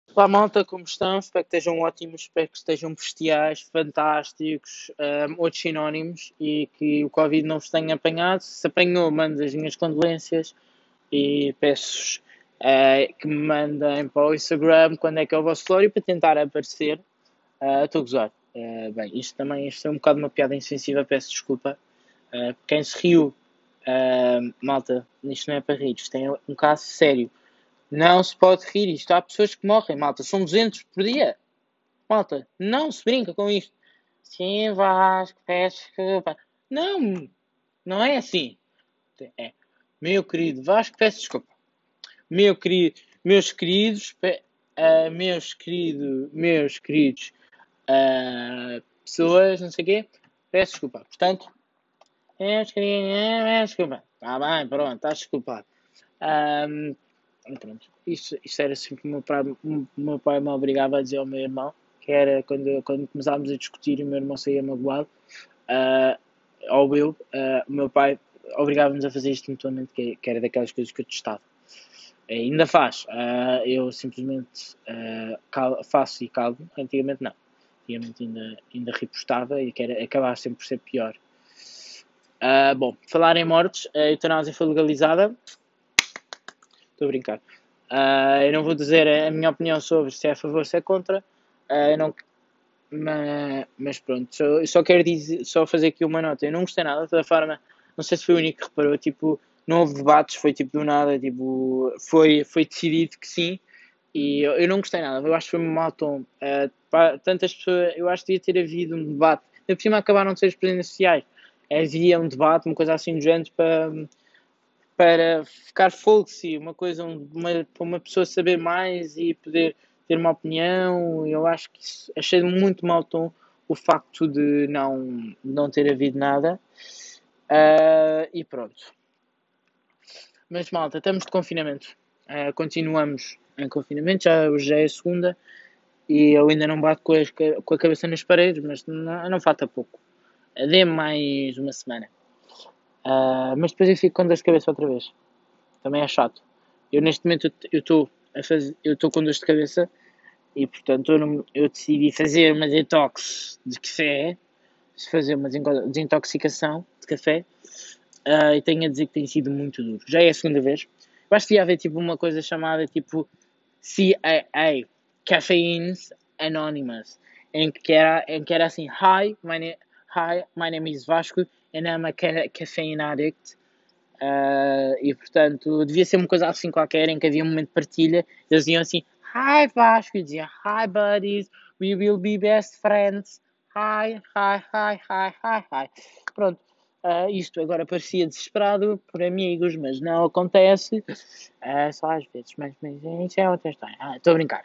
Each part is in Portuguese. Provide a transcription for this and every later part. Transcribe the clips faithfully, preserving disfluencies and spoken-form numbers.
Olá, malta, como estão? Espero que estejam ótimos, espero que estejam bestiais, fantásticos, ahm, outros sinónimos e que o Covid não vos tenha apanhado. Se apanhou, mando as minhas condolências e peço-vos eh, que me mandem para o Instagram quando é que é o vosso velório para tentar aparecer. Ah, Estou a gozar. Eh, bem, isto também isto é um bocado uma piada insensível, peço desculpa. Eh, quem se riu, ah, malta, isto não é para rir, isto é um caso sério. Não se pode rir isto. Há pessoas que morrem, malta. São duzentos por dia. Malta, não se brinca com isto. Sim, Vasco, peço desculpa. Não, não é assim. É, meu querido Vasco, peço desculpa. Meu querido, meus queridos, pe- ah, meus queridos, meus queridos, ah, pessoas, não sei o quê, peço desculpa. Portanto, meus queridos, eh, peço desculpa. Está bem, pronto, estás desculpado. Ahm, Pronto, isso, isso era sempre o meu pai, o meu pai me obrigava a dizer ao meu irmão, que era quando, quando começávamos a discutir e o meu irmão saía magoado, uh, ou eu, uh, o meu pai obrigava-nos a fazer isto mutuamente, que, que era daquelas coisas que eu testava. E ainda faz, uh, eu simplesmente uh, cal, faço e calmo, antigamente não. Antigamente ainda, ainda repostava e que era, acabava sempre por ser pior. Uh, bom, falar em mortes, a eutanásia foi legalizada. Estou a brincar. Uh, eu não vou dizer a minha opinião sobre se é a favor ou se é contra. Uh, eu não, mas, mas pronto, só, eu só quero dizer, só fazer aqui uma nota. Eu não gostei nada, de toda forma, não sei se foi o único que reparou, tipo, não houve debates, foi tipo do nada, tipo, foi, foi decidido que sim. E eu, eu não gostei nada, eu acho que foi um mau tom. Uh, para tantas pessoas, eu acho que devia ter havido um debate. Ainda por cima acabaram de ser as presidenciais. Havia um debate, uma coisa assim do género, para, para ficar folksy, uma coisa, uma, para uma pessoa saber mais e poder ter uma opinião. Eu acho que isso, achei muito mau tom o facto de não, não ter havido nada. Uh, e pronto. Mas malta, estamos de confinamento. Uh, continuamos em confinamento, já, hoje já é a segunda e eu ainda não bato com, as, com a cabeça nas paredes, mas não, não falta pouco. Dê mais uma semana. Uh, mas depois eu fico com dor de cabeça outra vez. Também é chato. Eu neste momento eu estou a fazer, eu estou com dor de cabeça e portanto eu, não- eu decidi fazer uma detox de café, fazer uma desintoxicação de café, ah, e tenho a dizer que tem sido muito duro. Já é a segunda vez. Eu acho que ia haver tipo uma coisa chamada tipo C A A, Caffeines Anonymous, em que era, em que era assim, hi, my, na- hi, my name is Vasco and I'm a ca caffeine addict. Uh, e portanto, devia ser uma coisa assim qualquer em que havia um momento de partilha. Eles diziam assim: Hi Vasco, e dizia Hi buddies, we will be best friends. Hi, hi, hi, hi, hi, hi. Pronto, uh, isto agora parecia desesperado por amigos, mas não acontece. Uh, só às vezes, mas, mas isso é outra história. Ah, estou a brincar.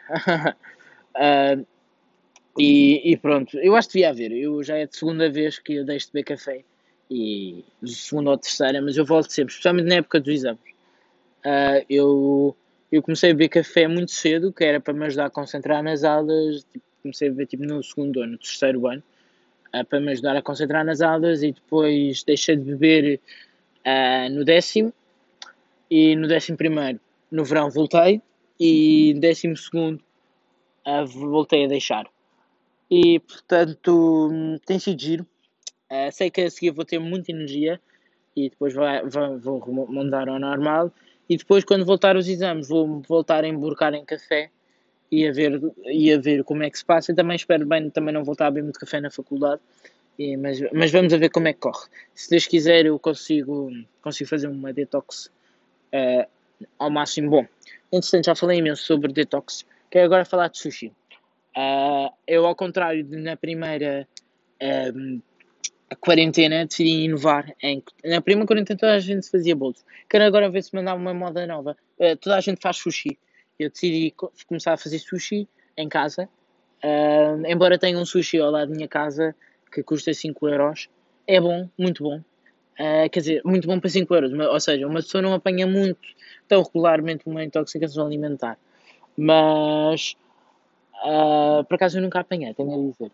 uh, e, e, pronto, eu acho que devia haver. Eu já é de segunda vez que eu deixo de beber café. E de segunda ou terceira, mas eu volto sempre, especialmente na época dos exames. Uh, eu, eu comecei a beber café muito cedo, que era para me ajudar a concentrar nas aulas. Tipo, comecei a beber tipo, no segundo ano, no terceiro ano, uh, para me ajudar a concentrar nas aulas. E depois deixei de beber uh, no décimo. E no décimo primeiro, no verão, voltei. E no décimo segundo, uh, voltei a deixar. E portanto, tem sido giro. Uh, sei que a seguir vou ter muita energia e depois vai, vai, vou mandar ao normal. E depois, quando voltar os exames, vou voltar a emborcar em café e a ver, e a ver como é que se passa. E também espero bem também não voltar a beber muito café na faculdade. E, mas, mas vamos a ver como é que corre. Se Deus quiser, eu consigo, consigo fazer uma detox uh, ao máximo bom. Entretanto, já falei imenso sobre detox. Quero agora falar de sushi. Uh, eu, ao contrário de na primeira um, a quarentena, decidi inovar. Em, na primeira quarentena toda a gente fazia bolos. Quero agora ver se mandar uma moda nova. Uh, toda a gente faz sushi. Eu decidi co começar a fazer sushi em casa. Uh, embora tenha um sushi ao lado da minha casa que custa cinco euros. É bom, muito bom. Uh, quer dizer, muito bom para cinco euros. Ou seja, uma pessoa não apanha muito tão regularmente uma intoxicação alimentar. Mas, uh, por acaso, eu nunca apanhei, tenho a dizer.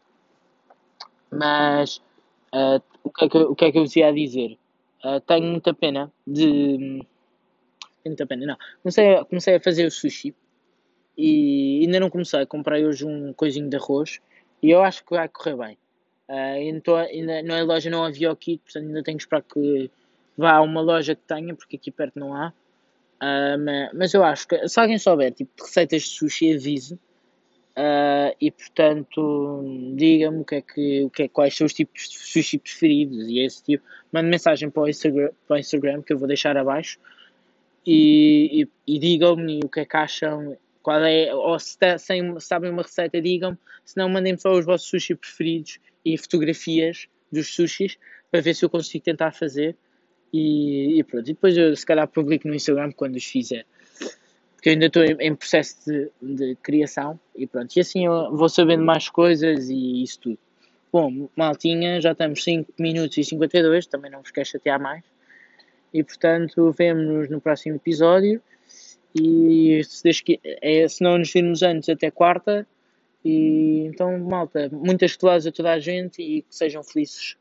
Mas uh, o, que é que, o que é que eu vos ia dizer? Uh, tenho muita pena de. Tenho muita pena, não. Comecei a, comecei a fazer o sushi e, e ainda não comecei, comprei hoje um coisinho de arroz e eu acho que vai correr bem. Uh, então, ainda na loja não havia o kit, portanto ainda tenho que esperar que vá a uma loja que tenha, porque aqui perto não há. Uh, mas, mas eu acho que se alguém souber tipo, de receitas de sushi, avise. Uh, e portanto, diga-me o que é que, o que é, quais são os tipos de sushi preferidos e esse tipo. Mande mensagem para o Instagram, para o Instagram que eu vou deixar abaixo e, e, e digam-me o que é que acham, qual é, ou se, tá, se sabem uma receita, digam-me, se não, mandem-me só os vossos sushi preferidos e fotografias dos sushis para ver se eu consigo tentar fazer e, e pronto. E depois eu se calhar publico no Instagram quando os fizer, porque eu ainda estou em, em processo de, de criação e pronto. E assim eu vou sabendo mais coisas e isso tudo. Bom, maltinha, já estamos cinco minutos e cinquenta e dois, também não vos quero chatear mais. E portanto, vemo-nos no próximo episódio. E se, Deus qui- é, se não nos virmos antes, até quarta. E então, malta, muitas felizes a toda a gente e que sejam felizes.